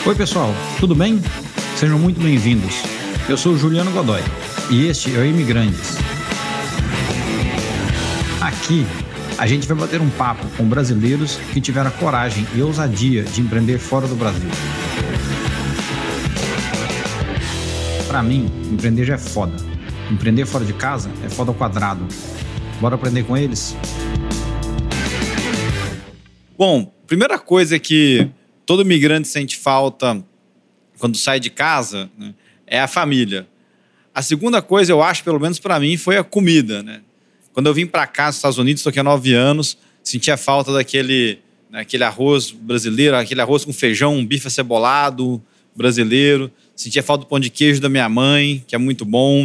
Oi pessoal, tudo bem? Sejam muito bem-vindos. Eu sou o Juliano Godoy e este é o Imigrantes. Aqui a gente vai bater um papo com brasileiros que tiveram a coragem e ousadia de empreender fora do Brasil. Pra mim, empreender já é foda. Empreender fora de casa é foda ao quadrado. Bora aprender com eles? Bom, primeira coisa que todo imigrante sente falta quando sai de casa, né, é a família. A segunda coisa, eu acho, pelo menos para mim, foi a comida, né? Quando eu vim para cá, nos Estados Unidos, estou aqui há 9 anos, sentia falta daquele arroz brasileiro, aquele arroz com feijão, um bife acebolado brasileiro. Sentia falta do pão de queijo da minha mãe, que é muito bom.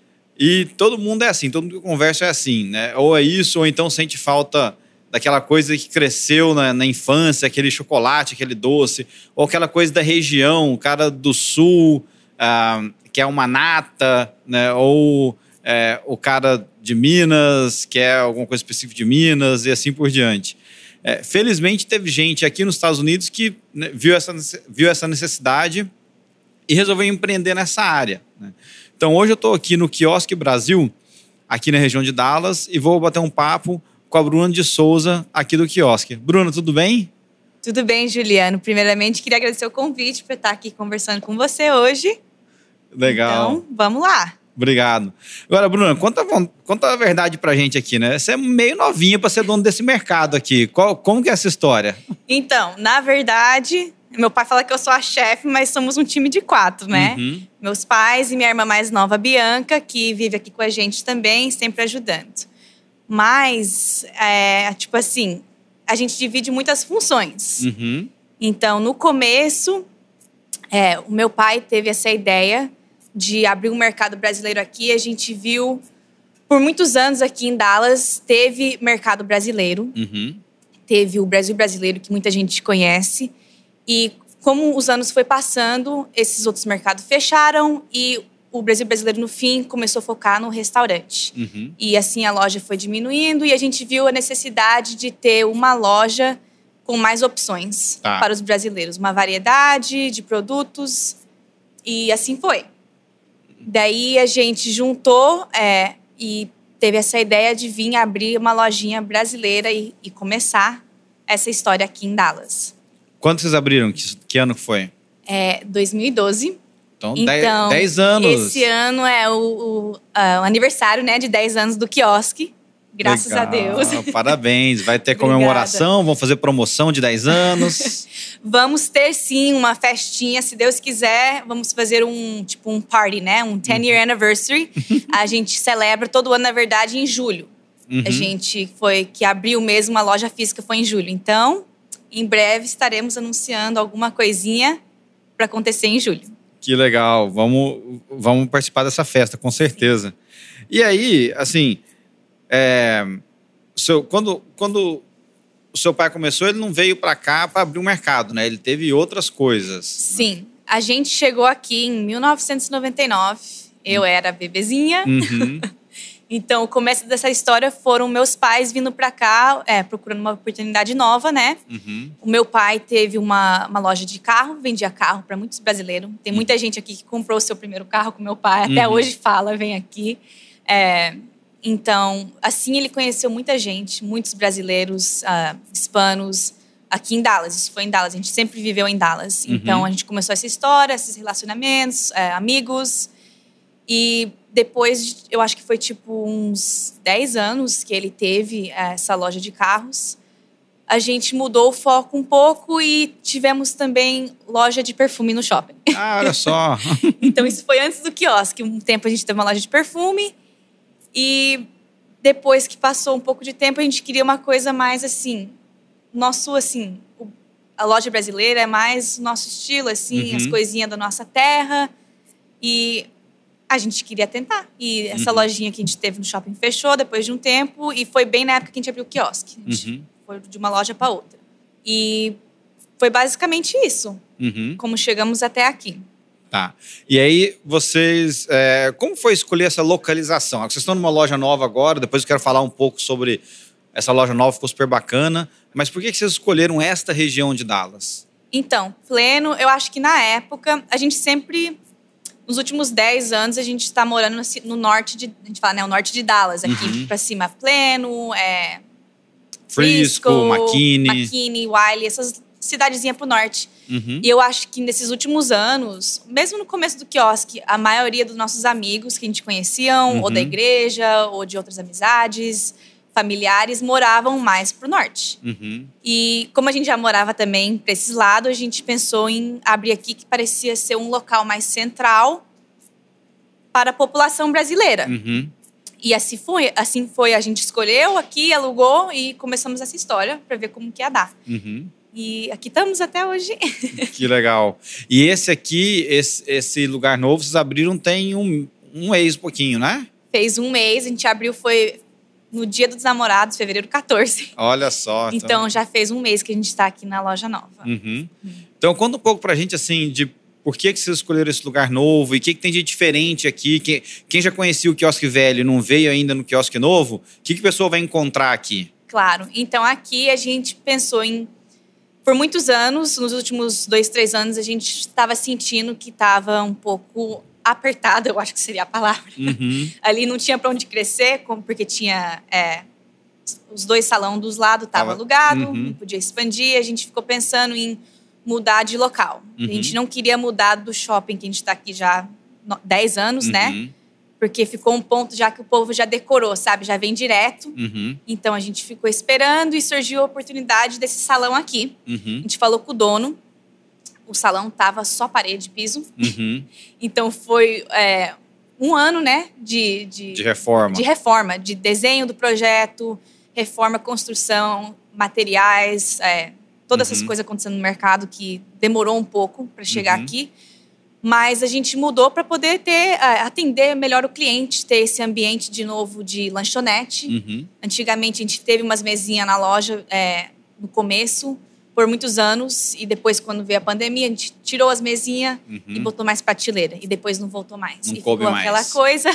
E todo mundo é assim, todo mundo que eu converso é assim, né? Ou é isso, ou então sente falta daquela coisa que cresceu na infância, aquele chocolate, aquele doce, ou aquela coisa da região, o cara do sul, que é uma nata, né? Ou o cara de Minas, que é alguma coisa específica de Minas, e assim por diante. Felizmente, teve gente aqui nos Estados Unidos que, né, viu essa necessidade e resolveu empreender nessa área, né? Então, hoje eu estou aqui no Quiosque Brasil, aqui na região de Dallas, e vou bater um papo com a Bruna de Souza, aqui do Quiosque. Bruna, tudo bem? Tudo bem, Juliano. Primeiramente, queria agradecer o convite para estar aqui conversando com você hoje. Legal. Então, vamos lá. Obrigado. Agora, Bruna, conta a verdade pra gente aqui, né? Você é meio novinha para ser dono desse mercado aqui. Como que é essa história? Então, na verdade, meu pai fala que eu sou a chefe, mas somos um time de 4, né? Uhum. Meus pais e minha irmã mais nova, Bianca, que vive aqui com a gente também, sempre ajudando. Mas, tipo assim, a gente divide muitas funções. Uhum. Então, no começo, o meu pai teve essa ideia de abrir um mercado brasileiro aqui. A gente viu, por muitos anos aqui em Dallas, teve mercado brasileiro. Uhum. Teve o Brasil Brasileiro, que muita gente conhece. E como os anos foi passando, esses outros mercados fecharam e o Brasil Brasileiro, no fim, começou a focar no restaurante. Uhum. E assim a loja foi diminuindo e a gente viu a necessidade de ter uma loja com mais opções para os brasileiros. Uma variedade de produtos e assim foi. Daí a gente juntou e teve essa ideia de vir abrir uma lojinha brasileira e começar essa história aqui em Dallas. Quando vocês abriram? Que ano que foi? 2012. Então 10 anos. Esse ano é o aniversário, né, de 10 anos do Quiosque. Graças Legal. a Deus. Parabéns. Vai ter comemoração, vão fazer promoção de 10 anos. Vamos ter, sim, uma festinha, se Deus quiser. Vamos fazer um party, né? Um 10-year anniversary. A gente celebra todo ano, na verdade, em julho. Uhum. A gente que abriu mesmo uma loja física, foi em julho. Então, em breve, estaremos anunciando alguma coisinha para acontecer em julho. Que legal. Vamos participar dessa festa, com certeza. E aí, assim, quando o seu pai começou, ele não veio para cá para abrir um mercado, né? Ele teve outras coisas. Sim. Né? A gente chegou aqui em 1999. Eu era bebezinha. Uhum. Então, o começo dessa história foram meus pais vindo para cá, procurando uma oportunidade nova, né? Uhum. O meu pai teve uma loja de carro, vendia carro para muitos brasileiros. Tem muita gente aqui que comprou o seu primeiro carro com meu pai, até hoje fala, vem aqui. Então, assim, ele conheceu muita gente, muitos brasileiros, hispanos, aqui em Dallas. Isso foi em Dallas, a gente sempre viveu em Dallas. Uhum. Então, a gente começou essa história, esses relacionamentos, amigos. E depois, eu acho que foi tipo uns 10 anos que ele teve essa loja de carros. A gente mudou o foco um pouco e tivemos também loja de perfume no shopping. Ah, olha só. Então, isso foi antes do quiosque. Um tempo a gente teve uma loja de perfume. E depois que passou um pouco de tempo, a gente queria uma coisa mais assim... a loja brasileira é mais nosso estilo, assim, as coisinhas da nossa terra. E a gente queria tentar. E essa lojinha que a gente teve no shopping fechou depois de um tempo. E foi bem na época que a gente abriu o quiosque. A gente foi de uma loja para outra. E foi basicamente isso. Como chegamos até aqui. Tá. E aí, vocês... como foi escolher essa localização? Vocês estão numa loja nova agora, depois eu quero falar um pouco sobre essa loja nova, ficou super bacana. Mas por que vocês escolheram esta região de Dallas? Então, Pleno, eu acho que na época, a gente sempre... Nos últimos 10 anos, a gente está morando no norte de... A gente fala, né? O norte de Dallas, aqui pra cima. Pleno, Frisco, McKinney, Wiley, essas cidadezinhas pro norte. E eu acho que nesses últimos anos, mesmo no começo do quiosque, a maioria dos nossos amigos que a gente conheciam, ou da igreja, ou de outras amizades, familiares, moravam mais pro norte. E como a gente já morava também para esses lados, a gente pensou em abrir aqui, que parecia ser um local mais central para a população brasileira. E assim foi. A gente escolheu aqui, alugou e começamos essa história para ver como que ia dar. E aqui estamos até hoje. Que legal. E esse aqui, esse lugar novo, vocês abriram tem um mês, pouquinho, né? Fez um mês, a gente abriu, foi no Dia dos Namorados, fevereiro 14. Olha só. Então já fez um mês que a gente está aqui na loja nova. Então conta um pouco pra gente, assim, de por que vocês escolheram esse lugar novo e o que tem de diferente aqui. Quem já conhecia o quiosque velho e não veio ainda no quiosque novo, o que a pessoa vai encontrar aqui? Claro. Então aqui a gente pensou em... Por muitos anos, nos últimos 2, 3 anos, a gente estava sentindo que estava um pouco apertada, eu acho que seria a palavra. Ali não tinha para onde crescer, porque tinha os 2 salões dos lados estavam alugados, não podia expandir. A gente ficou pensando em mudar de local. A gente não queria mudar do shopping, que a gente está aqui já 10 anos, né? Porque ficou um ponto já que o povo já decorou, sabe? Já vem direto. Então, a gente ficou esperando e surgiu a oportunidade desse salão aqui. A gente falou com o dono. O salão tava só parede, piso. Então, foi um ano, né? De reforma. De reforma, de desenho do projeto, reforma, construção, materiais, todas essas coisas acontecendo no mercado que demorou um pouco para chegar aqui. Mas a gente mudou para poder atender melhor o cliente, ter esse ambiente de novo de lanchonete. Antigamente, a gente teve umas mesinhas na loja no começo, por muitos anos. E depois, quando veio a pandemia, a gente tirou as mesinhas e botou mais prateleira. E depois não voltou mais. Não e coube ficou mais. Aquela coisa...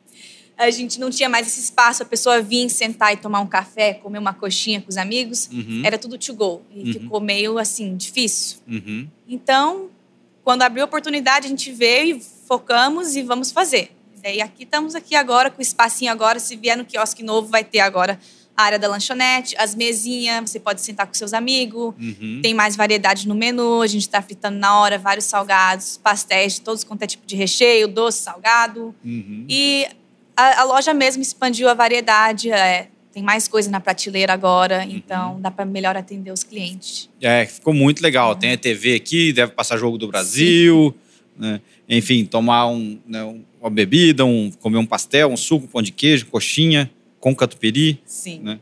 A gente não tinha mais esse espaço, a pessoa vir, sentar e tomar um café, comer uma coxinha com os amigos. Era tudo to go. E ficou meio, assim, difícil. Então... Quando abriu a oportunidade, a gente veio e focamos e vamos fazer. Daí aqui estamos aqui agora, com o espacinho agora. Se vier no quiosque novo, vai ter agora a área da lanchonete, as mesinhas, você pode sentar com seus amigos. Tem mais variedade no menu, a gente está fritando na hora vários salgados, pastéis de todos quanto é tipo de recheio, doce, salgado. E a loja mesmo expandiu a variedade, tem mais coisa na prateleira agora, então dá para melhor atender os clientes. Ficou muito legal. Tem a TV aqui, deve passar jogo do Brasil, né? Enfim, tomar uma bebida, comer um pastel, um suco, um pão de queijo, coxinha, com catupiry. Sim. Né?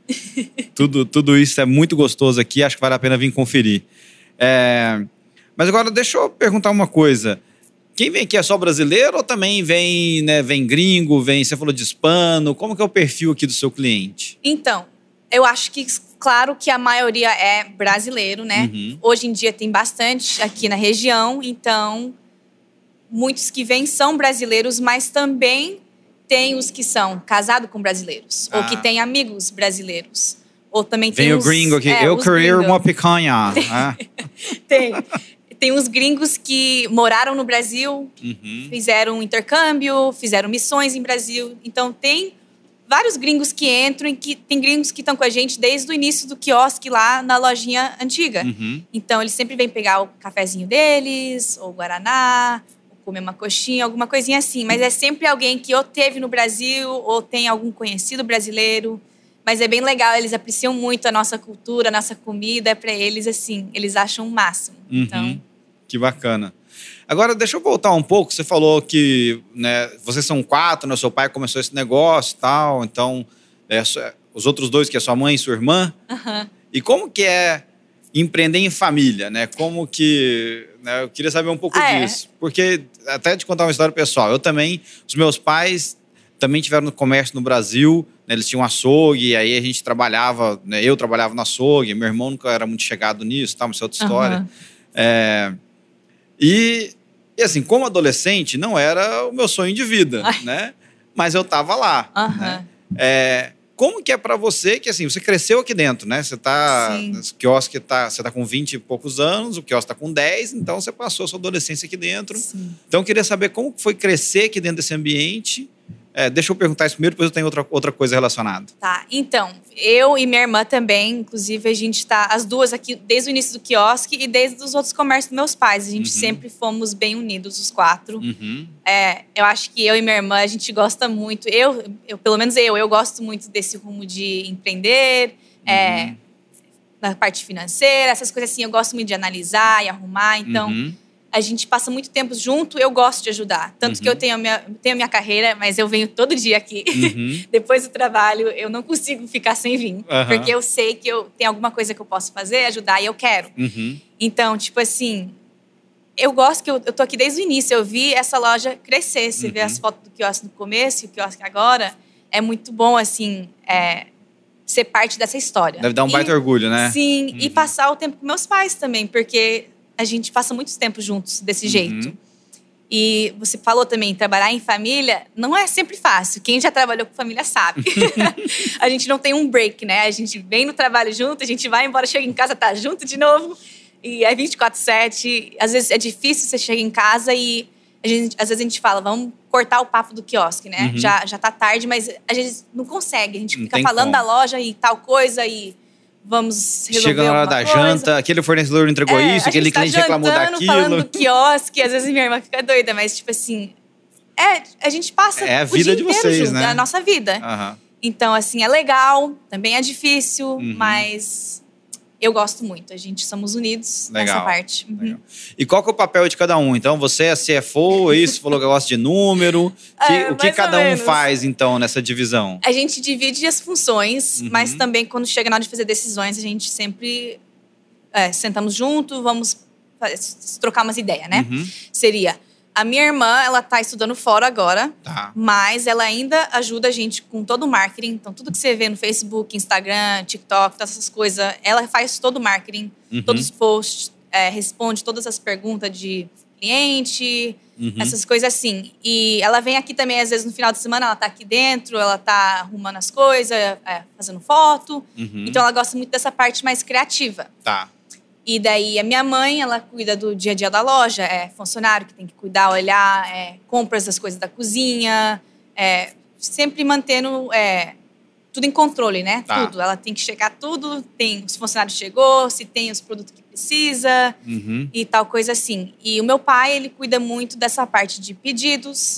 Tudo isso é muito gostoso aqui, acho que vale a pena vir conferir. Mas agora, deixa eu perguntar uma coisa. Quem vem aqui é só brasileiro ou também vem gringo, você falou de hispano? Como que é o perfil aqui do seu cliente? Então, eu acho que, claro que a maioria é brasileiro, né? Hoje em dia tem bastante aqui na região, então muitos que vêm são brasileiros, mas também tem os que são casados com brasileiros, ou que têm amigos brasileiros. Ou também tem vem o gringo aqui, eu queria uma picanha. Tem uns gringos que moraram no Brasil, fizeram um intercâmbio, fizeram missões em Brasil. Então, tem vários gringos que entram e tem gringos que estão com a gente desde o início do quiosque lá na lojinha antiga. Então, eles sempre vêm pegar o cafezinho deles, ou guaraná, ou comer uma coxinha, alguma coisinha assim. Mas é sempre alguém que ou teve no Brasil, ou tem algum conhecido brasileiro. Mas é bem legal, eles apreciam muito a nossa cultura, a nossa comida. Para eles, assim, eles acham o máximo. Então... Que bacana. Agora, deixa eu voltar um pouco. Você falou que vocês são 4, né? Seu pai começou esse negócio e tal. Então, os outros 2, que é sua mãe e sua irmã. E como que é empreender em família, né? Como que... eu queria saber um pouco disso. Porque, até te contar uma história pessoal. Eu também... Os meus pais também tiveram no comércio no Brasil. Né? Eles tinham um açougue. E aí, a gente trabalhava... Né? Eu trabalhava no açougue. Meu irmão nunca era muito chegado nisso. Mas isso é outra história. E assim, como adolescente, não era o meu sonho de vida, né? Mas eu tava lá. Né? Como que é para você, que assim, você cresceu aqui dentro, né? Você tá, o quiosque você tá com 20 e poucos anos, o quiosque tá com 10, então você passou a sua adolescência aqui dentro. Sim. Então eu queria saber como foi crescer aqui dentro desse ambiente. Deixa eu perguntar isso primeiro, depois eu tenho outra coisa relacionada. Tá, então, eu e minha irmã também, inclusive a gente tá, as duas aqui, desde o início do quiosque e desde os outros comércios dos meus pais. A gente sempre fomos bem unidos, os 4. Eu acho que eu e minha irmã, a gente gosta muito, pelo menos eu gosto muito desse rumo de empreender, na parte financeira, essas coisas assim, eu gosto muito de analisar e arrumar, então... A gente passa muito tempo junto, eu gosto de ajudar. Tanto que eu tenho a minha carreira, mas eu venho todo dia aqui. Depois do trabalho, eu não consigo ficar sem vir. Porque eu sei que eu tenho alguma coisa que eu posso fazer, ajudar, e eu quero. Então, tipo assim, eu gosto que eu tô aqui desde o início. Eu vi essa loja crescer. Você vê as fotos do quiosque no começo e o quiosque agora. É muito bom, assim, ser parte dessa história. Deve dar um baita orgulho, né? Sim, e passar o tempo com meus pais também, porque... A gente passa muito tempo juntos desse jeito. E você falou também, trabalhar em família não é sempre fácil. Quem já trabalhou com família sabe. A gente não tem um break, né? A gente vem no trabalho junto, a gente vai embora, chega em casa, tá junto de novo. E é 24/7. Às vezes é difícil, você chega em casa e às vezes a gente fala, vamos cortar o papo do quiosque, né? Já tá tarde, mas a gente não consegue. A gente fica falando da loja e tal coisa e... Vamos resolver chega na hora da janta, aquele fornecedor não entregou isso, aquele cliente reclamou daquilo. Falando do quiosque, às vezes minha irmã fica doida, mas tipo assim, a gente passa a vida de vocês, junto, né? É a nossa vida. Então, assim, é legal, também é difícil, mas eu gosto muito. A gente somos unidos nessa parte. E qual que é o papel de cada um? Então, você é CFO, isso, falou que gosta de número. O que cada um faz, então, nessa divisão? A gente divide as funções, mas também quando chega na hora de fazer decisões, a gente sempre sentamos junto, vamos trocar umas ideias, né? Seria... A minha irmã, ela tá estudando fora agora, mas ela ainda ajuda a gente com todo o marketing. Então, tudo que você vê no Facebook, Instagram, TikTok, todas essas coisas, ela faz todo o marketing, todos os posts, responde todas as perguntas de cliente, essas coisas assim. E ela vem aqui também, às vezes, no final de semana, ela tá aqui dentro, ela tá arrumando as coisas, fazendo foto. Então, ela gosta muito dessa parte mais criativa. E daí, a minha mãe, ela cuida do dia a dia da loja. É funcionário que tem que cuidar, olhar, compras das coisas da cozinha. Sempre mantendo tudo em controle, né? Tudo. Ela tem que checar tudo. Tem os funcionários chegou, se tem os produtos que precisa e tal coisa assim. E o meu pai, ele cuida muito dessa parte de pedidos.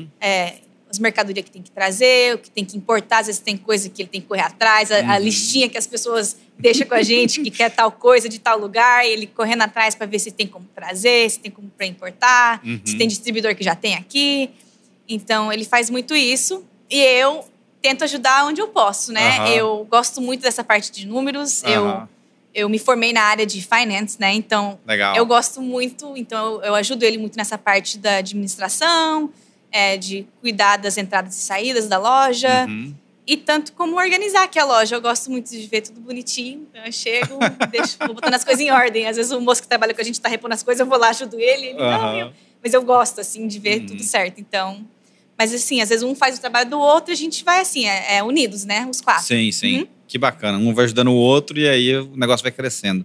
As mercadorias que tem que trazer, o que tem que importar. Às vezes tem coisa que ele tem que correr atrás. A listinha que as pessoas deixam com a gente, que quer tal coisa de tal lugar. E ele correndo atrás para ver se tem como trazer, se tem como para importar. Se tem distribuidor que já tem aqui. Então, ele faz muito isso. E eu tento ajudar onde eu posso, né? Eu gosto muito dessa parte de números. Eu me formei na área de finance, né? Então, eu gosto muito. Então, eu ajudo ele muito nessa parte da administração, de cuidar das entradas e saídas da loja. E tanto como organizar aqui a loja. Eu gosto muito de ver tudo bonitinho. Então, eu chego, vou botando as coisas em ordem. Às vezes, o moço que trabalha com a gente tá repondo as coisas, eu vou lá, ajudo ele. Não, mas eu gosto, assim, de ver tudo certo. Então... Mas, assim, às vezes um faz o trabalho do outro e a gente vai, assim, unidos, né? Os 4. Sim. Que bacana. Um vai ajudando o outro e aí o negócio vai crescendo.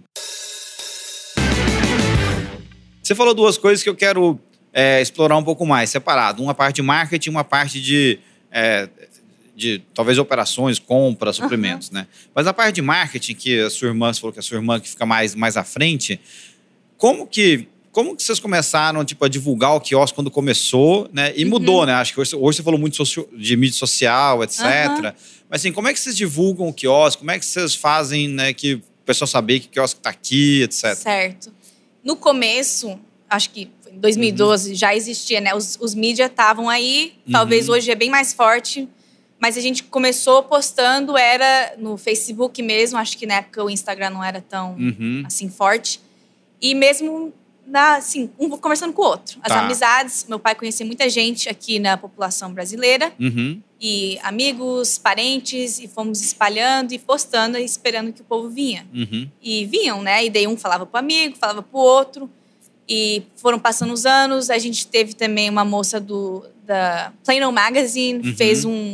Você falou duas coisas que eu quero explorar um pouco mais, separado. Uma parte de marketing, uma parte de talvez operações, compras, suprimentos, né? Mas a parte de marketing, que a sua irmã, você falou que a sua irmã que fica mais à frente, como que vocês começaram, tipo, a divulgar o quiosque quando começou, né? E mudou, né? Acho que hoje você falou muito de mídia social, etc. Mas, assim, como é que vocês divulgam o quiosque? Como é que vocês fazem, né, que o pessoal saber que o quiosque tá aqui, etc? Certo. No começo, acho que em 2012 já existia, né? Os mídias estavam aí. Talvez hoje é bem mais forte. Mas a gente começou postando, era no Facebook mesmo. Acho que na época o Instagram não era tão, assim, forte. E mesmo... assim, um conversando com o outro. As amizades, meu pai conhecia muita gente aqui na população brasileira. E amigos, parentes, e fomos espalhando e postando e esperando que o povo vinha. E vinham, né? E daí um falava pro amigo, falava pro outro. E foram passando os anos. A gente teve também uma moça da Plano Magazine, fez um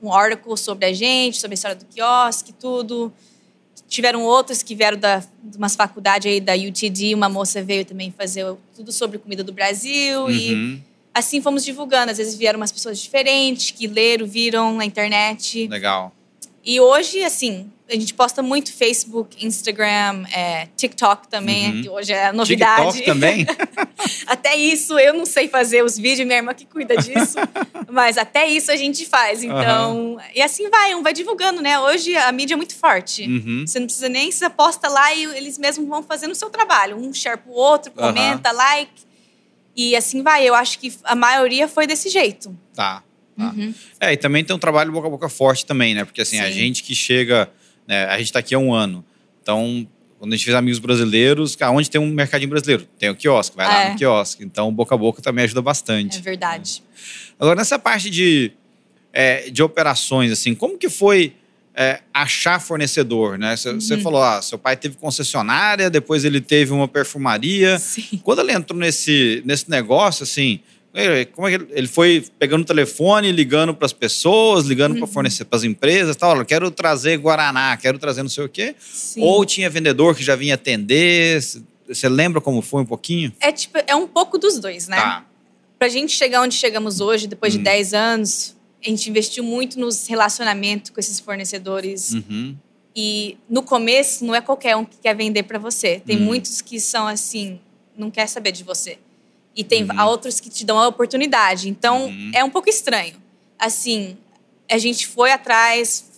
com articles sobre a gente, sobre a história do quiosque, tudo. Tiveram outros que vieram de umas faculdades aí da UTD, uma moça veio também fazer tudo sobre comida do Brasil e assim fomos divulgando. Às vezes vieram umas pessoas diferentes que leram, viram na internet. Legal. E hoje, assim, a gente posta muito Facebook, Instagram, TikTok também, que hoje é novidade. TikTok também? Até isso, eu não sei fazer os vídeos, minha irmã que cuida disso. Mas até isso a gente faz. Então, e assim vai, vai divulgando, né? Hoje a mídia é muito forte. Você não precisa nem, você posta lá e eles mesmos vão fazendo o seu trabalho. Um share pro outro, comenta, like. E assim vai. Eu acho que a maioria foi desse jeito. Tá. E também tem um trabalho boca a boca forte também, né? Porque assim, a gente que chega, né, a gente tá aqui há um ano. Então, quando a gente fez amigos brasileiros, onde tem um mercadinho brasileiro? Tem o quiosque, vai lá no quiosque. Então, boca a boca também ajuda bastante. É verdade. Agora, nessa parte de operações, assim, como que foi achar fornecedor, né? Você falou, seu pai teve concessionária, depois ele teve uma perfumaria. Sim. Quando ele entrou nesse negócio, assim... Como é que ele foi pegando o telefone, ligando para as pessoas, ligando para fornecer para as empresas, tal, quero trazer guaraná, quero trazer não sei o quê? Sim. Ou tinha vendedor que já vinha atender? Você lembra como foi um pouquinho? É um pouco dos dois, né? Tá. Pra gente chegar onde chegamos hoje, depois de 10 anos, a gente investiu muito nos relacionamentos com esses fornecedores. E no começo, não é qualquer um que quer vender para você. Tem muitos que são assim, não quer saber de você. E tem outros que te dão a oportunidade. Então, é um pouco estranho. Assim, a gente foi atrás...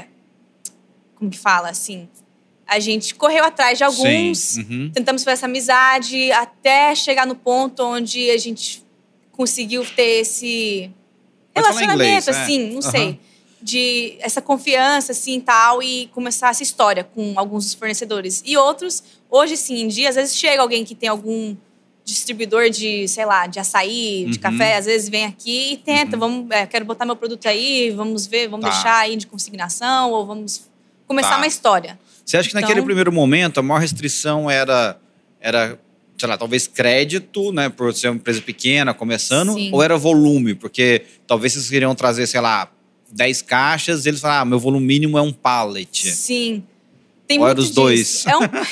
como que fala? Assim, a gente correu atrás de alguns. Tentamos fazer essa amizade até chegar no ponto onde a gente conseguiu ter esse relacionamento, assim, não sei. De essa confiança, assim, tal. E começar essa história com alguns dos fornecedores. E outros, hoje, sim, em dia, às vezes chega alguém que tem algum... distribuidor de, sei lá, de açaí, de café, às vezes vem aqui e tenta, quero botar meu produto aí, vamos ver, vamos deixar aí de consignação ou vamos começar uma história. Você acha que naquele primeiro momento a maior restrição era, sei lá, talvez crédito, né, por ser uma empresa pequena, começando, ou era volume? Porque talvez vocês queriam trazer, sei lá, 10 caixas e eles falaram, meu volume mínimo é um pallet. Sim. Tem ou muito era os dois?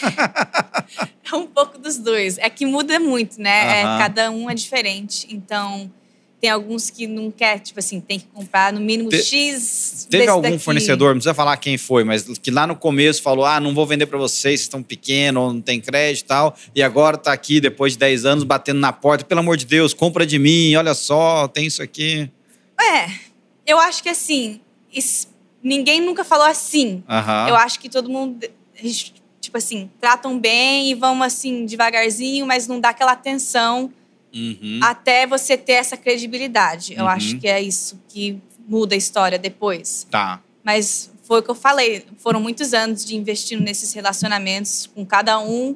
É um pouco dos dois. É que muda muito, né? Cada um é diferente. Então, tem alguns que não quer, tipo assim, tem que comprar no mínimo X. Teve algum fornecedor, não precisa falar quem foi, mas que lá no começo falou, não vou vender para vocês, vocês estão pequenos, ou não tem crédito e tal, e agora tá aqui, depois de 10 anos, batendo na porta, pelo amor de Deus, compra de mim, olha só, tem isso aqui. Eu acho que assim, ninguém nunca falou assim. Eu acho que todo mundo, tipo assim, tratam bem e vão assim, devagarzinho, mas não dá aquela atenção até você ter essa credibilidade. Eu acho que é isso que muda a história depois. Tá. Mas foi o que eu falei, foram muitos anos de investindo nesses relacionamentos com cada um.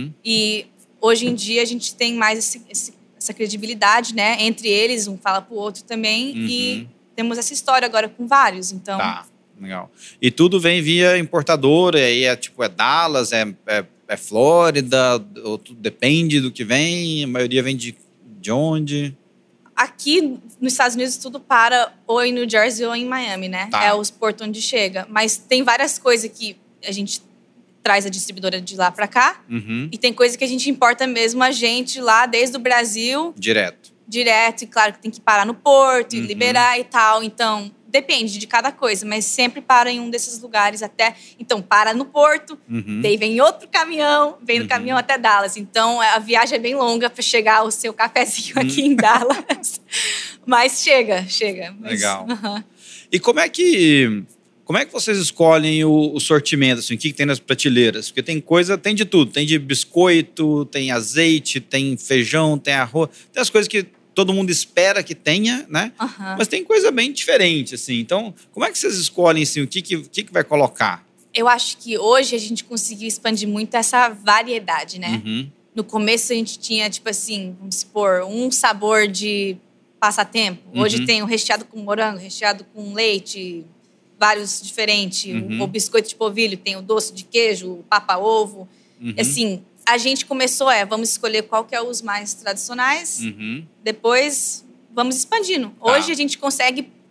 E hoje em dia a gente tem mais essa credibilidade, né? Entre eles, um fala pro outro também. E temos essa história agora com vários, então... Tá. Legal. E tudo vem via importadora, e é Dallas, é Flórida, ou tudo depende do que vem, a maioria vem de onde? Aqui nos Estados Unidos tudo para ou em New Jersey ou em Miami, né? Tá. É os portos onde chega. Mas tem várias coisas que a gente traz a distribuidora de lá para cá. E tem coisa que a gente importa mesmo a gente lá desde o Brasil. Direto. E claro que tem que parar no porto e liberar e tal. Então, depende de cada coisa, mas sempre para em um desses lugares até... Então, para no porto, daí vem outro caminhão, vem no caminhão até Dallas. Então, a viagem é bem longa para chegar o seu cafezinho aqui em Dallas. Mas chega. Legal. E como é que vocês escolhem o sortimento? Assim, o que tem nas prateleiras? Porque tem de tudo. Tem de biscoito, tem azeite, tem feijão, tem arroz. Tem as coisas que todo mundo espera que tenha, né? Mas tem coisa bem diferente, assim. Então, como é que vocês escolhem, assim, o que vai colocar? Eu acho que hoje a gente conseguiu expandir muito essa variedade, né? No começo a gente tinha, tipo assim, vamos supor, um sabor de passatempo. Hoje tem o recheado com morango, recheado com leite, vários diferentes. O biscoito de polvilho, tem o doce de queijo, o papa-ovo. Assim, a gente começou, vamos escolher qual que é os mais tradicionais. Depois, vamos expandindo. Hoje a gente consegue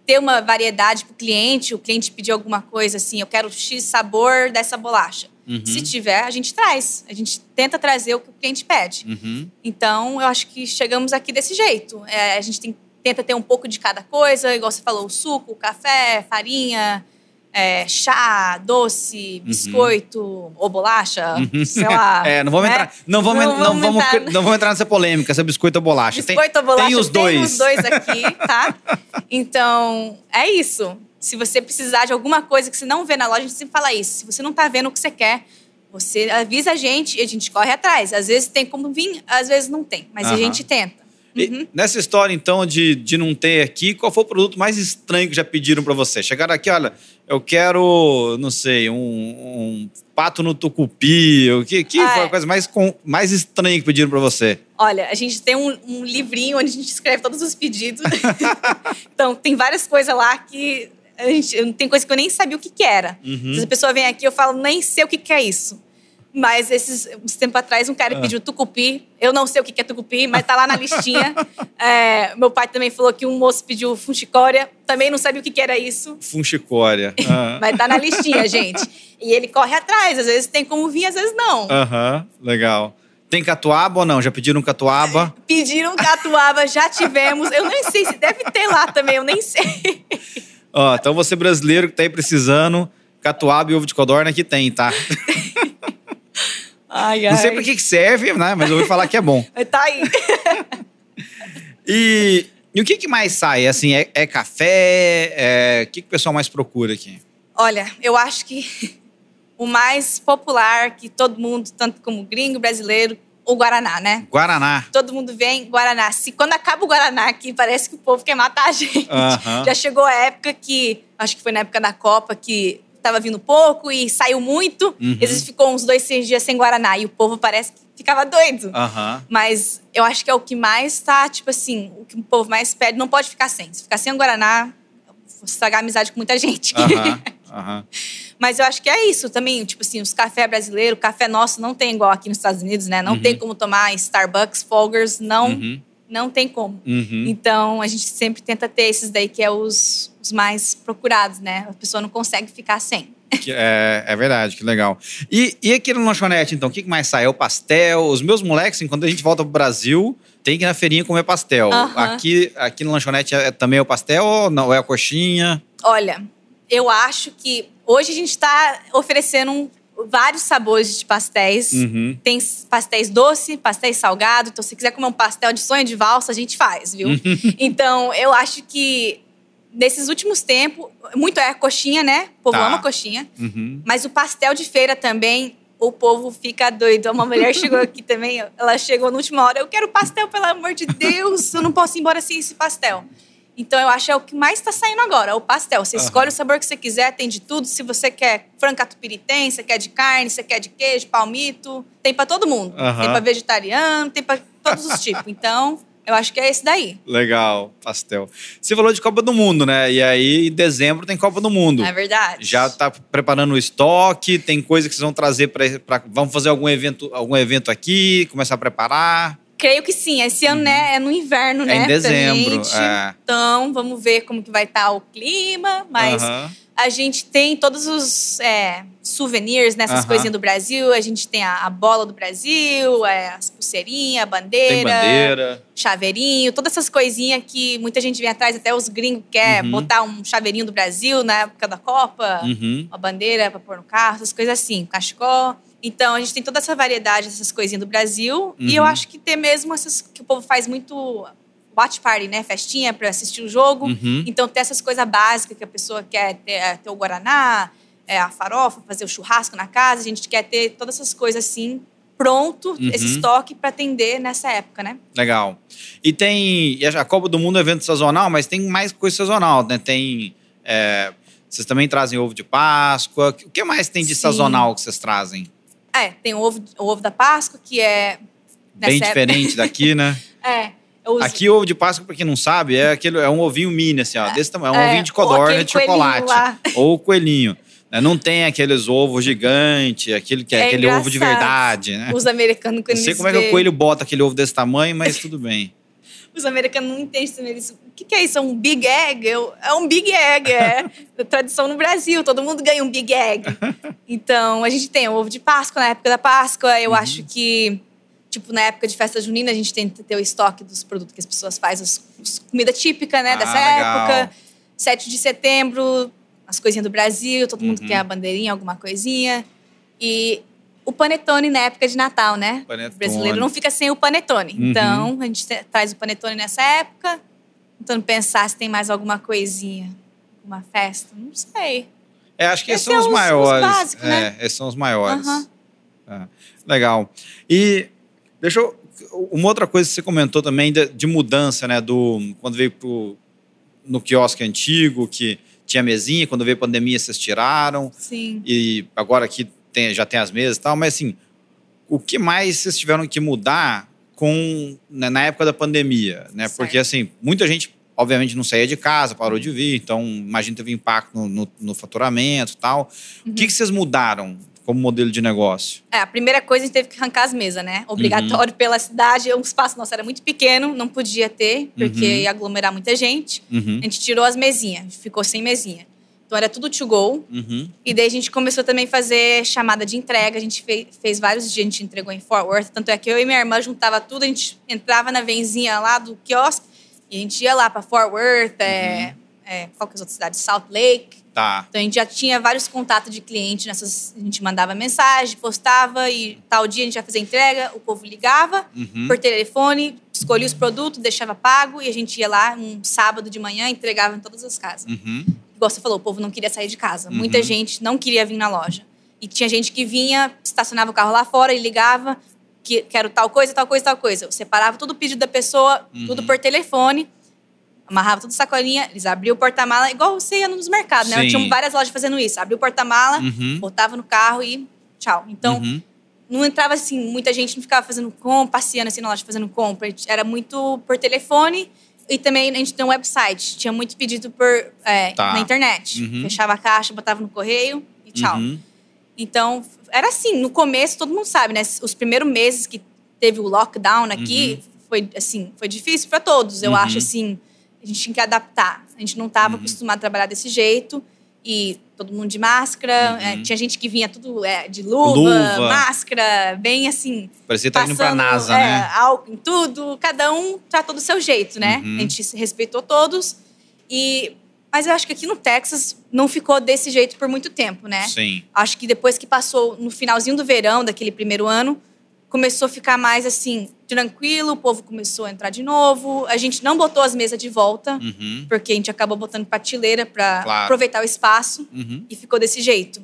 ter uma variedade para o cliente pedir alguma coisa assim, eu quero X sabor dessa bolacha. Se tiver, a gente traz. A gente tenta trazer o que o cliente pede. Então, eu acho que chegamos aqui desse jeito. A gente tenta ter um pouco de cada coisa, igual você falou, o suco, o café, farinha, chá, doce, biscoito ou bolacha, sei lá. Não vamos entrar nessa polêmica, se é biscoito ou bolacha. Biscoito ou bolacha, tem os dois. Tem os dois aqui, tá? Então, é isso. Se você precisar de alguma coisa que você não vê na loja, a gente sempre fala isso. Se você não tá vendo o que você quer, você avisa a gente e a gente corre atrás. Às vezes tem como vir, às vezes não tem. Mas a gente tenta. E nessa história, então, de não ter aqui, qual foi o produto mais estranho que já pediram pra você? Chegaram aqui, olha, eu quero, não sei, um pato no tucupi. O que foi a coisa mais estranha que pediram pra você? Olha, a gente tem um livrinho onde a gente escreve todos os pedidos. Então, tem várias coisas lá que... tem coisa que eu nem sabia o que era. Se a pessoa vem aqui, eu falo, nem sei o que é isso. Mas uns tempos atrás, um cara pediu tucupi. Eu não sei o que é tucupi, mas tá lá na listinha. Meu pai também falou que um moço pediu funchicória. Também não sabia o que era isso. Funchicória. Mas tá na listinha, gente. E ele corre atrás. Às vezes tem como vir, às vezes não. Legal. Tem catuaba ou não? Já pediram catuaba? Pediram catuaba, já tivemos. Eu nem sei se deve ter lá também, eu nem sei. Então você brasileiro que tá aí precisando, catuaba e ovo de codorna aqui tem, tá? Não sei pra que serve, né? Mas eu ouvi falar que é bom. Tá aí. E o que mais sai? Assim, é café? O que o pessoal mais procura aqui? Olha, eu acho que o mais popular que todo mundo, tanto como gringo, brasileiro, o Guaraná, né? Guaraná. Todo mundo vem, Guaraná. Quando acaba o Guaraná aqui, parece que o povo quer matar a gente. Já chegou a época que, acho que foi na época da Copa, que tava vindo pouco e saiu muito. Às vezes ficou uns 2-3 dias sem Guaraná e o povo parece que ficava doido. Mas eu acho que é o que mais tá, tipo assim, o que o povo mais pede, não pode ficar sem. Se ficar sem o Guaraná, vou estragar a amizade com muita gente. Mas eu acho que é isso também, tipo assim, os cafés brasileiros, o café nosso não tem igual aqui nos Estados Unidos, né? Não tem como tomar Starbucks, Folgers, não tem como. Então, a gente sempre tenta ter esses daí que é os mais procurados, né? A pessoa não consegue ficar sem. É verdade, que legal. E aqui no lanchonete, então, o que mais sai? É o pastel? Os meus moleques, assim, quando a gente volta pro Brasil, tem que ir na feirinha comer pastel. Aqui no lanchonete também é o pastel ou não? É a coxinha? Olha, eu acho que hoje a gente está oferecendo vários sabores de pastéis. Tem pastéis doce, pastéis salgado. Então, se quiser comer um pastel de sonho de valsa, a gente faz, viu? Então, eu acho que nesses últimos tempos, muito é a coxinha, né? O povo ama coxinha. Mas o pastel de feira também, o povo fica doido. Uma mulher chegou aqui também, ela chegou na última hora. Eu quero pastel, pelo amor de Deus. Eu não posso ir embora sem esse pastel. Então, eu acho que é o que mais está saindo agora, o pastel. Você escolhe o sabor que você quiser, tem de tudo. Se você quer frango catupiry, tem. Se você quer de carne, se você quer de queijo, palmito. Tem para todo mundo. Tem para vegetariano, tem para todos os tipos. Então, eu acho que é esse daí. Legal, pastel. Você falou de Copa do Mundo, né? E aí, em dezembro, tem Copa do Mundo. É verdade. Já tá preparando o estoque? Tem coisa que vocês vão trazer para... Vamos fazer algum evento aqui? Começar a preparar? Creio que sim. Esse ano, né, é no inverno, né? É em dezembro. Então, vamos ver como que vai estar o clima. Mas a gente tem todos os souvenirs, né? Essas coisinhas do Brasil. A gente tem a bola do Brasil, as pulseirinhas, a bandeira. Tem bandeira. Chaveirinho. Todas essas coisinhas que muita gente vem atrás. Até os gringos querem botar um chaveirinho do Brasil na época da Copa. Uma bandeira para pôr no carro. Essas coisas assim. Cachecol. Então, a gente tem toda essa variedade dessas coisinhas do Brasil. E eu acho que tem mesmo essas que o povo faz muito watch party, né? Festinha para assistir o jogo. Então, tem essas coisas básicas que a pessoa quer ter o Guaraná, a farofa, fazer o churrasco na casa. A gente quer ter todas essas coisas assim, pronto, esse estoque para atender nessa época, né? Legal. E a Copa do Mundo é evento sazonal, mas tem mais coisa sazonal, né? Vocês também trazem ovo de Páscoa. O que mais tem de sazonal que vocês trazem? Tem o ovo da Páscoa, que é... Bem diferente daqui, né? Aqui o ovo de Páscoa, pra quem não sabe, é um ovinho mini, assim, ó, desse tamanho. É um ovinho de codorna de chocolate. Ou coelhinho. Não tem aqueles ovos gigantes, aquele ovo de verdade, né? Os americanos, quando não sei como é que o coelho bota aquele ovo desse tamanho, mas tudo bem. Os americanos não entendem também. Eles, o que é isso? É um Big Egg? É um Big Egg, é tradição no Brasil. Todo mundo ganha um Big Egg. Então, a gente tem o ovo de Páscoa, na época da Páscoa. Eu acho que, tipo, na época de festa junina, a gente tenta ter o estoque dos produtos que as pessoas fazem. Comida típica, né, dessa época. 7 de setembro, as coisinhas do Brasil. Todo mundo quer a bandeirinha, alguma coisinha. E o panetone na época de Natal, né? Panetone. O brasileiro não fica sem o panetone. Então, a gente traz o panetone nessa época. Tentando pensar se tem mais alguma coisinha. Uma festa, não sei. Acho que esses são os maiores. Os básicos, né? Esses são os maiores. Legal. E uma outra coisa que você comentou também de mudança, né? Quando veio no quiosque antigo, que tinha mesinha, quando veio a pandemia, vocês tiraram. Sim. E agora aqui já tem as mesas e tal, mas assim, o que mais vocês tiveram que mudar na época da pandemia, né? Certo. Porque assim, muita gente obviamente não saía de casa, parou de vir, então imagina teve impacto no faturamento e tal. O que vocês mudaram como modelo de negócio? A primeira coisa, a gente teve que arrancar as mesas, né? Obrigatório pela cidade. O espaço nosso era muito pequeno, não podia ter, porque ia aglomerar muita gente. A gente tirou as mesinhas, ficou sem mesinha. Então, era tudo to go. E daí, a gente começou também a fazer chamada de entrega. A gente fez vários dias, a gente entregou em Fort Worth. Tanto é que eu e minha irmã juntava tudo. A gente entrava na venzinha lá do quiosque. E a gente ia lá para Fort Worth, qual que é as outras cidades? Salt Lake. Tá. Então, a gente já tinha vários contatos de cliente. A gente mandava mensagem, postava. E tal dia, a gente ia fazer entrega. O povo ligava por telefone, escolhia os produtos, deixava pago. E a gente ia lá um sábado de manhã, entregava em todas as casas. Igual você falou, o povo não queria sair de casa. Muita gente não queria vir na loja. E tinha gente que vinha, estacionava o carro lá fora e ligava, quero tal coisa, tal coisa, tal coisa. Eu separava todo o pedido da pessoa, tudo por telefone, amarrava tudo sacolinha, eles abriam o porta-mala, igual você ia nos mercados, né? Tinha várias lojas fazendo isso. Abriu o porta-mala, botava no carro e tchau. Então, não entrava assim, muita gente não ficava fazendo compra, passeando assim na loja fazendo compra. Era muito por telefone. E também a gente tem um website. Tinha muito pedido na internet. Fechava a caixa, botava no correio e tchau. Então, era assim. No começo, todo mundo sabe, né? Os primeiros meses que teve o lockdown aqui, foi difícil para todos. Eu acho, assim, a gente tinha que adaptar. A gente não estava acostumado a trabalhar desse jeito. E todo mundo de máscara. Tinha gente que vinha tudo de luva, máscara, bem assim... Parecia que tá indo pra NASA, né? Álcool em tudo. Cada um tratou do seu jeito, né? A gente respeitou todos. Mas eu acho que aqui no Texas não ficou desse jeito por muito tempo, né? Sim. Acho que depois que passou no finalzinho do verão, daquele primeiro ano, começou a ficar mais assim, tranquilo, o povo começou a entrar de novo. A gente não botou as mesas de volta, porque a gente acabou botando prateleira para aproveitar o espaço e ficou desse jeito.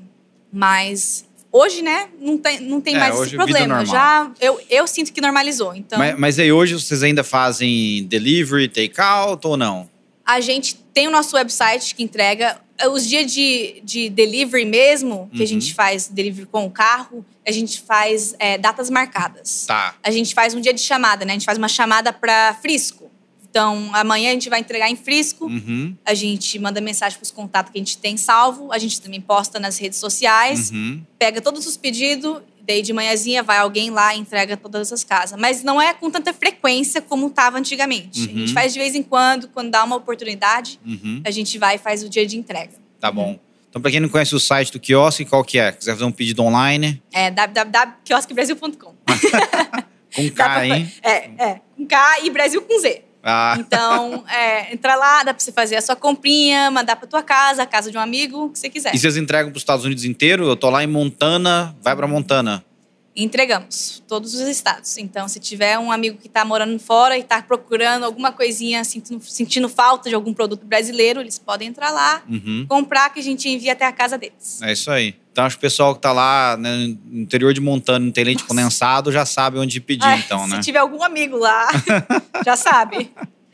Mas hoje, né, não tem mais esse problema. Eu sinto que normalizou. Então, mas aí hoje vocês ainda fazem delivery, take-out ou não? A gente tem o nosso website que entrega. Os dias de delivery mesmo, que a gente faz delivery com o carro, a gente faz datas marcadas. Tá. A gente faz um dia de chamada, né? A gente faz uma chamada para Frisco. Então, amanhã a gente vai entregar em Frisco. A gente manda mensagem para os contatos que a gente tem salvo. A gente também posta nas redes sociais. Pega todos os pedidos. Daí, de manhãzinha, vai alguém lá e entrega todas as casas. Mas não é com tanta frequência como estava antigamente. A gente faz de vez em quando dá uma oportunidade, a gente vai e faz o dia de entrega. Tá bom. Então, para quem não conhece o site do quiosque, qual que é? Quiser fazer um pedido online? É www.quiosquebrasil.com. Com K, hein? Com K e Brasil com Z. Então, entra lá, dá pra você fazer a sua comprinha, mandar pra tua casa, a casa de um amigo, o que você quiser. E vocês entregam pros Estados Unidos inteiro? Eu tô lá em Montana, vai pra Montana. Entregamos todos os estados. Então, se tiver um amigo que tá morando fora e tá procurando alguma coisinha, sentindo falta de algum produto brasileiro, eles podem entrar lá, comprar, que a gente envia até a casa deles. É isso aí. Então, acho que o pessoal que tá lá, né, no interior de Montana, não tem leite condensado, já sabe onde pedir, então, né? Se tiver algum amigo lá, já sabe.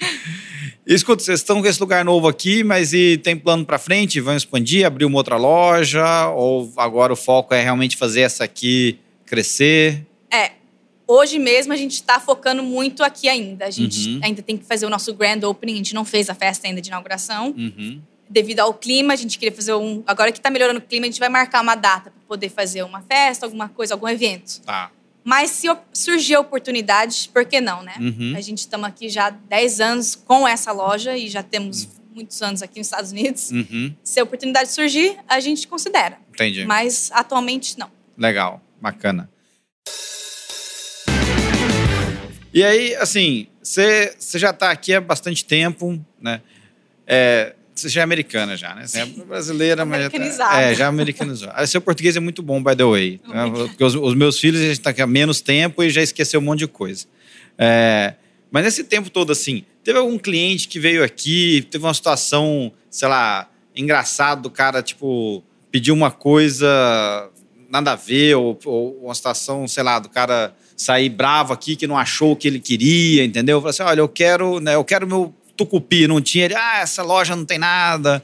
Escuta, vocês estão com esse lugar novo aqui, mas e tem plano pra frente? Vão expandir, abrir uma outra loja? Ou agora o foco é realmente fazer essa aqui crescer? Hoje mesmo a gente está focando muito aqui ainda. A gente ainda tem que fazer o nosso grand opening. A gente não fez a festa ainda de inauguração. Devido ao clima, a gente queria fazer Agora que está melhorando o clima, a gente vai marcar uma data para poder fazer uma festa, alguma coisa, algum evento. Tá. Mas se surgir a oportunidade, por que não, né? A gente estamos aqui já há 10 anos com essa loja e já temos muitos anos aqui nos Estados Unidos. Se a oportunidade surgir, a gente considera. Entendi. Mas atualmente, não. Legal, bacana. E aí, assim, você já está aqui há bastante tempo, né? Você já é americana já, né? Você é brasileira, mas já americanizou. Seu português é muito bom, by the way. Né? Porque os meus filhos já estão aqui há menos tempo e já esqueceu um monte de coisa. Mas nesse tempo todo, assim, teve algum cliente que veio aqui, teve uma situação, sei lá, engraçada do cara, tipo, pediu uma coisa nada a ver, ou uma situação, sei lá, do cara sair bravo aqui que não achou o que ele queria, entendeu? Falou assim, olha, eu quero meu tucupi, não tinha. Ele, essa loja não tem nada.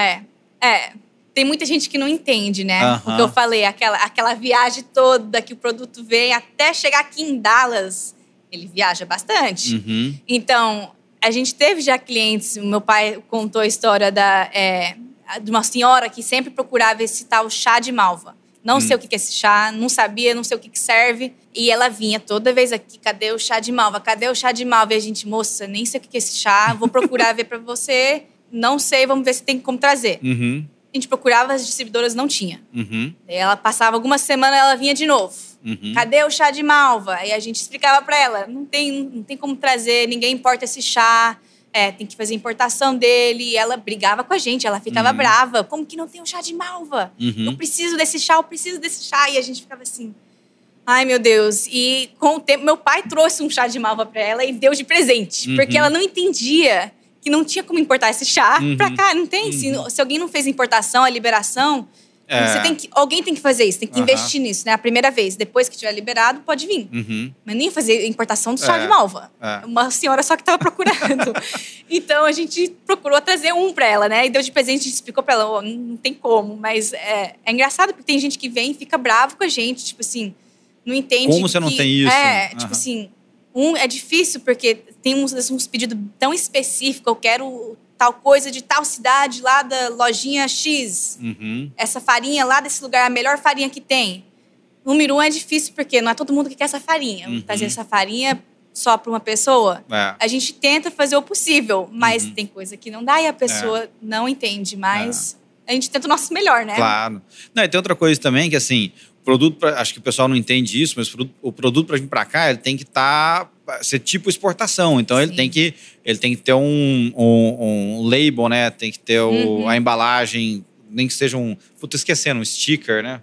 Tem muita gente que não entende, né? O que eu falei, aquela viagem toda que o produto vem até chegar aqui em Dallas, ele viaja bastante. Então, a gente teve já clientes, o meu pai contou a história de uma senhora que sempre procurava esse tal chá de malva. Não sei o que é esse chá, não sabia, não sei o que serve. E ela vinha toda vez aqui, cadê o chá de malva? Cadê o chá de malva? E a gente, moça, nem sei o que é esse chá, vou procurar ver pra você. Não sei, vamos ver se tem como trazer. A gente procurava, as distribuidoras não tinha. Ela passava algumas semanas, ela vinha de novo. Cadê o chá de malva? E a gente explicava pra ela, não tem como trazer, ninguém importa esse chá. Tem que fazer importação dele. E ela brigava com a gente, ela ficava brava. Como que não tem o chá de malva? Eu preciso desse chá, eu preciso desse chá. E a gente ficava assim, ai meu Deus. E com o tempo, meu pai trouxe um chá de malva pra ela e deu de presente. Porque ela não entendia que não tinha como importar esse chá pra cá. Não tem. Se alguém não fez importação, a liberação... alguém tem que fazer isso, tem que investir nisso, né? A primeira vez, depois que tiver liberado, pode vir. Mas nem fazer importação do chá de malva. Uma senhora só que estava procurando. Então, a gente procurou trazer um para ela, né? E deu de presente, a gente explicou para ela, não tem como. Mas é engraçado, porque tem gente que vem e fica bravo com a gente. Tipo assim, não entende como você não tem isso? Tipo assim, é difícil, porque tem uns pedidos tão específicos. Eu quero... tal coisa de tal cidade, lá da lojinha X. Essa farinha lá desse lugar, a melhor farinha que tem. Número 1 é difícil, porque não é todo mundo que quer essa farinha. Trazer essa farinha só para uma pessoa. A gente tenta fazer o possível, mas tem coisa que não dá e a pessoa não entende. Mas a gente tenta o nosso melhor, né? Claro. Não, e tem outra coisa também, que assim, acho que o pessoal não entende isso, mas o produto para vir para cá, ele tem que ser tipo exportação. Então, ele tem que ter um label, né? Tem que ter a embalagem, nem que seja esquecendo, um sticker, né?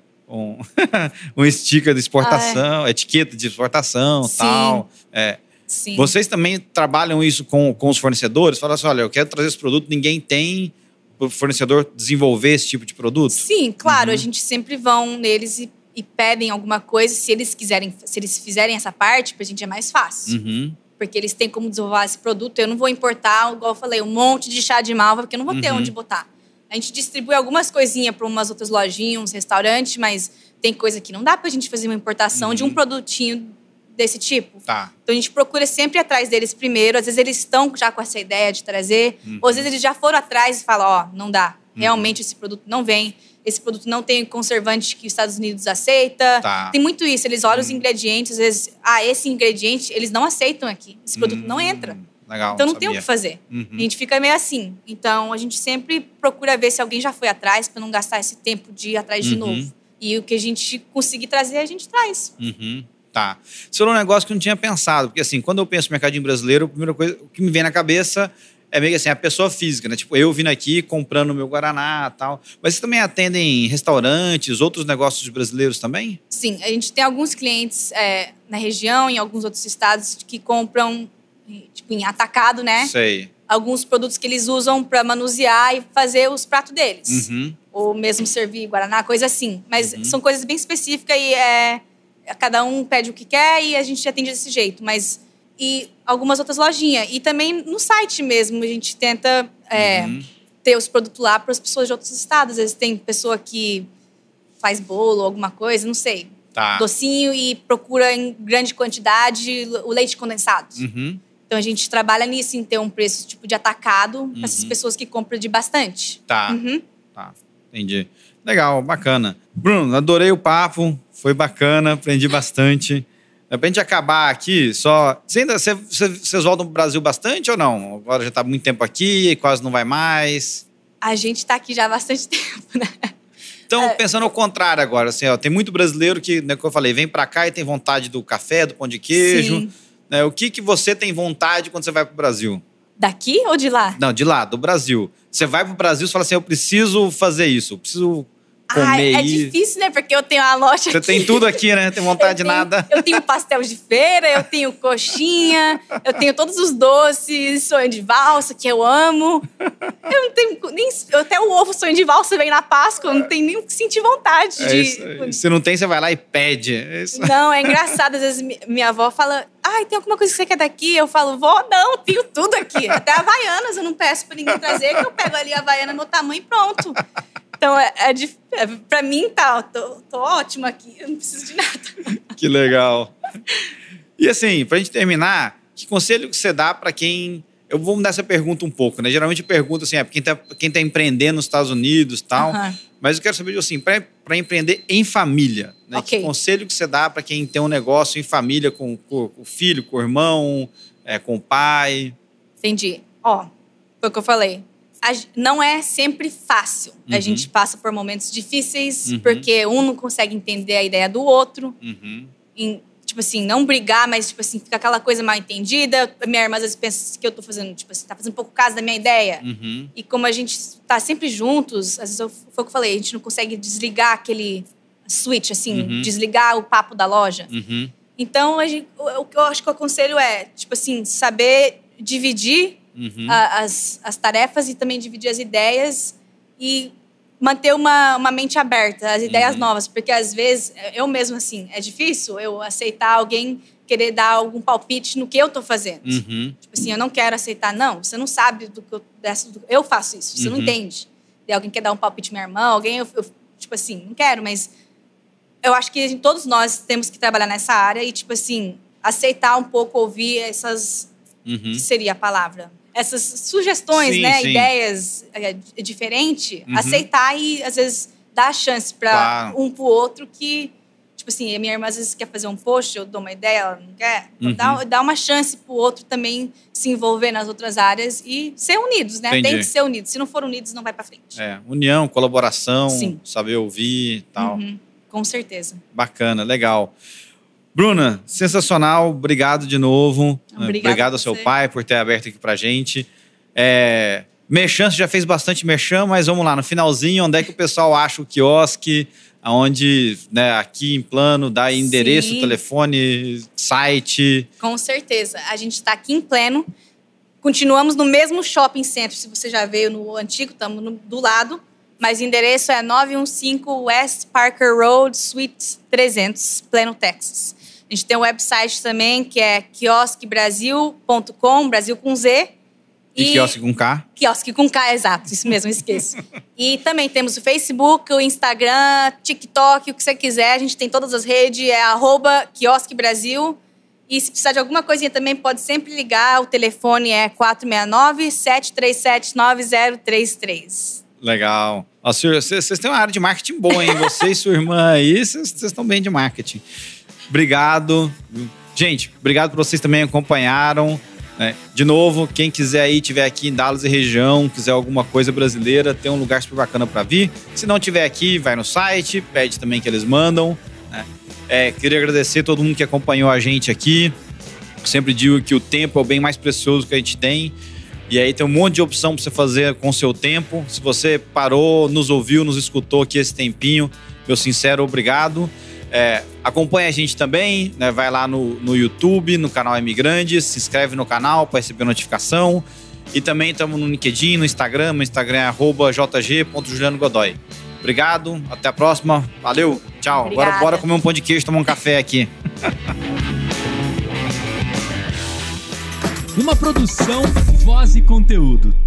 Um sticker de exportação, etiqueta de exportação e tal. Sim. Vocês também trabalham isso com os fornecedores? Falam assim, olha, eu quero trazer esse produto, ninguém tem o fornecedor desenvolver esse tipo de produto? Sim, claro. A gente sempre vão neles e pedem alguma coisa, se eles fizerem essa parte, pra gente é mais fácil. Porque eles têm como desenvolver esse produto. Eu não vou importar, igual eu falei, um monte de chá de malva, porque eu não vou ter onde botar. A gente distribui algumas coisinhas para umas outras lojinhas, uns restaurantes, mas tem coisa que não dá pra gente fazer uma importação de um produtinho desse tipo. Então a gente procura sempre ir atrás deles primeiro. Às vezes eles estão já com essa ideia de trazer, ou às vezes eles já foram atrás e falam, não dá. Realmente esse produto não vem. Esse produto não tem conservante que os Estados Unidos aceita. Tem muito isso. Eles olham os ingredientes, às vezes, esse ingrediente, eles não aceitam aqui. Esse produto não entra. Legal, então não tem o que fazer. A gente fica meio assim. Então a gente sempre procura ver se alguém já foi atrás, para não gastar esse tempo de ir atrás de novo. E o que a gente conseguir trazer, a gente traz. Isso foi um negócio que eu não tinha pensado. Porque assim, quando eu penso no mercadinho brasileiro, a primeira coisa que me vem na cabeça é meio assim, a pessoa física, né? Tipo, eu vindo aqui comprando meu Guaraná e tal. Mas vocês também atendem restaurantes, outros negócios brasileiros também? Sim, a gente tem alguns clientes na região, em alguns outros estados, que compram tipo, em atacado, né? Sei. Alguns produtos que eles usam para manusear e fazer os pratos deles. Ou mesmo servir Guaraná, coisa assim. Mas são coisas bem específicas e cada um pede o que quer e a gente atende desse jeito. Mas... E algumas outras lojinhas. E também no site mesmo, a gente tenta ter os produtos lá para as pessoas de outros estados. Às vezes tem pessoa que faz bolo, alguma coisa, não sei. Docinho e procura em grande quantidade o leite condensado. Então a gente trabalha nisso, em ter um preço tipo de atacado para essas pessoas que compram de bastante. Entendi. Legal, bacana. Bruno, adorei o papo, foi bacana, aprendi bastante. Pra gente acabar aqui, só... Vocês voltam pro Brasil bastante ou não? Agora já tá muito tempo aqui, quase não vai mais. A gente tá aqui já há bastante tempo, né? Então, pensando ao contrário agora, assim, ó, tem muito brasileiro que, né, como eu falei, vem pra cá e tem vontade do café, do pão de queijo. Né? O que você tem vontade quando você vai pro Brasil? Daqui ou de lá? Não, de lá, do Brasil. Você vai pro Brasil e fala assim, eu preciso fazer isso, eu preciso... comer. É difícil, né? Porque eu tenho a loja aqui. Você tem tudo aqui, né? Tem vontade de nada. Eu tenho pastel de feira, eu tenho coxinha, eu tenho todos os doces, sonho de valsa, que eu amo. Eu não tenho nem... Até o ovo sonho de valsa vem na Páscoa, eu não tenho nem que sentir vontade de... Se não tem, você vai lá e pede. Não, é engraçado. Às vezes minha avó fala, tem alguma coisa que você quer daqui? Eu falo, vó, não, tenho tudo aqui. Até Havaianas eu não peço pra ninguém trazer, que eu pego ali a Havaiana, meu tamanho e pronto. Então, pra mim, tá, tô ótima aqui, eu não preciso de nada. Que legal. E assim, pra gente terminar, que conselho que você dá pra quem... Eu vou mudar essa pergunta um pouco, né? Geralmente eu pergunto assim, quem tá empreendendo nos Estados Unidos e tal, mas eu quero saber, assim, pra empreender em família, né? Okay. Que conselho que você dá pra quem tem um negócio em família, com o filho, com o irmão, com o pai? Entendi. Foi o que eu falei. Não é sempre fácil. A gente passa por momentos difíceis, porque um não consegue entender a ideia do outro. Tipo assim, não brigar, mas tipo assim, fica aquela coisa mal entendida. A minha irmã às vezes pensa que eu tô fazendo, tipo assim, tá fazendo um pouco caso da minha ideia. E como a gente tá sempre juntos, às vezes foi o que eu falei, a gente não consegue desligar aquele switch, assim, desligar o papo da loja. Então, o que eu acho que o conselho é, tipo assim, saber dividir as tarefas e também dividir as ideias e manter uma mente aberta às ideias novas, porque às vezes, eu mesmo assim, é difícil eu aceitar alguém querer dar algum palpite no que eu tô fazendo. Tipo assim, eu não quero aceitar, não, você não sabe do que eu faço isso, você não entende. E alguém quer dar um palpite minha irmã, alguém, eu tipo assim, não quero, mas eu acho que todos nós temos que trabalhar nessa área e, tipo assim, aceitar um pouco, ouvir essas... que seria a palavra? Essas sugestões, né? Sim. Ideias diferentes, aceitar e, às vezes, dar a chance para um pro outro que... Tipo assim, a minha irmã, às vezes, quer fazer um post, eu dou uma ideia, ela não quer. Dá uma chance pro outro também se envolver nas outras áreas e ser unidos, né? Entendi. Tem que ser unidos. Se não for unidos, não vai para frente. União, colaboração, saber ouvir e tal. Com certeza. Bacana, legal. Bruna, sensacional, obrigado de novo. Obrigado ao seu pai por ter aberto aqui pra gente. Merchan, você já fez bastante merchan, mas vamos lá, no finalzinho, onde é que o pessoal acha o quiosque, aonde, né, aqui em Plano, dá endereço, telefone, site? Com certeza, a gente está aqui em Plano, continuamos no mesmo shopping center, se você já veio no antigo, estamos do lado, mas o endereço é 915 West Parker Road, Suite 300, Plano, Texas. A gente tem um website também, que é quiosquebrasil.com, Brasil com Z. E quiosque com K? Quiosque com K, exato. Isso mesmo, esqueço. E também temos o Facebook, o Instagram, TikTok, o que você quiser. A gente tem todas as redes, é @quiosquebrasil. E se precisar de alguma coisinha também, pode sempre ligar. O telefone é 469-737-9033. Legal. Vocês têm uma área de marketing boa, hein? Você e sua irmã aí, vocês estão bem de marketing. Obrigado. Gente, obrigado por vocês também acompanharam. De novo, quem quiser aí, tiver aqui em Dallas e região, quiser alguma coisa brasileira, tem um lugar super bacana para vir. Se não tiver aqui, vai no site, pede também que eles mandam. Queria agradecer a todo mundo que acompanhou a gente aqui. Eu sempre digo que o tempo é o bem mais precioso que a gente tem. E aí tem um monte de opção para você fazer com o seu tempo. Se você parou, nos ouviu, nos escutou aqui esse tempinho, meu sincero obrigado. Acompanha a gente também, né? Vai lá no YouTube, no canal Imigrantes, se inscreve no canal para receber notificação. E também estamos no LinkedIn, no Instagram. O Instagram é @jg.julianogodoy. Obrigado, até a próxima. Valeu, tchau. Obrigada. Agora bora comer um pão de queijo e tomar um café aqui. Uma produção, voz e conteúdo.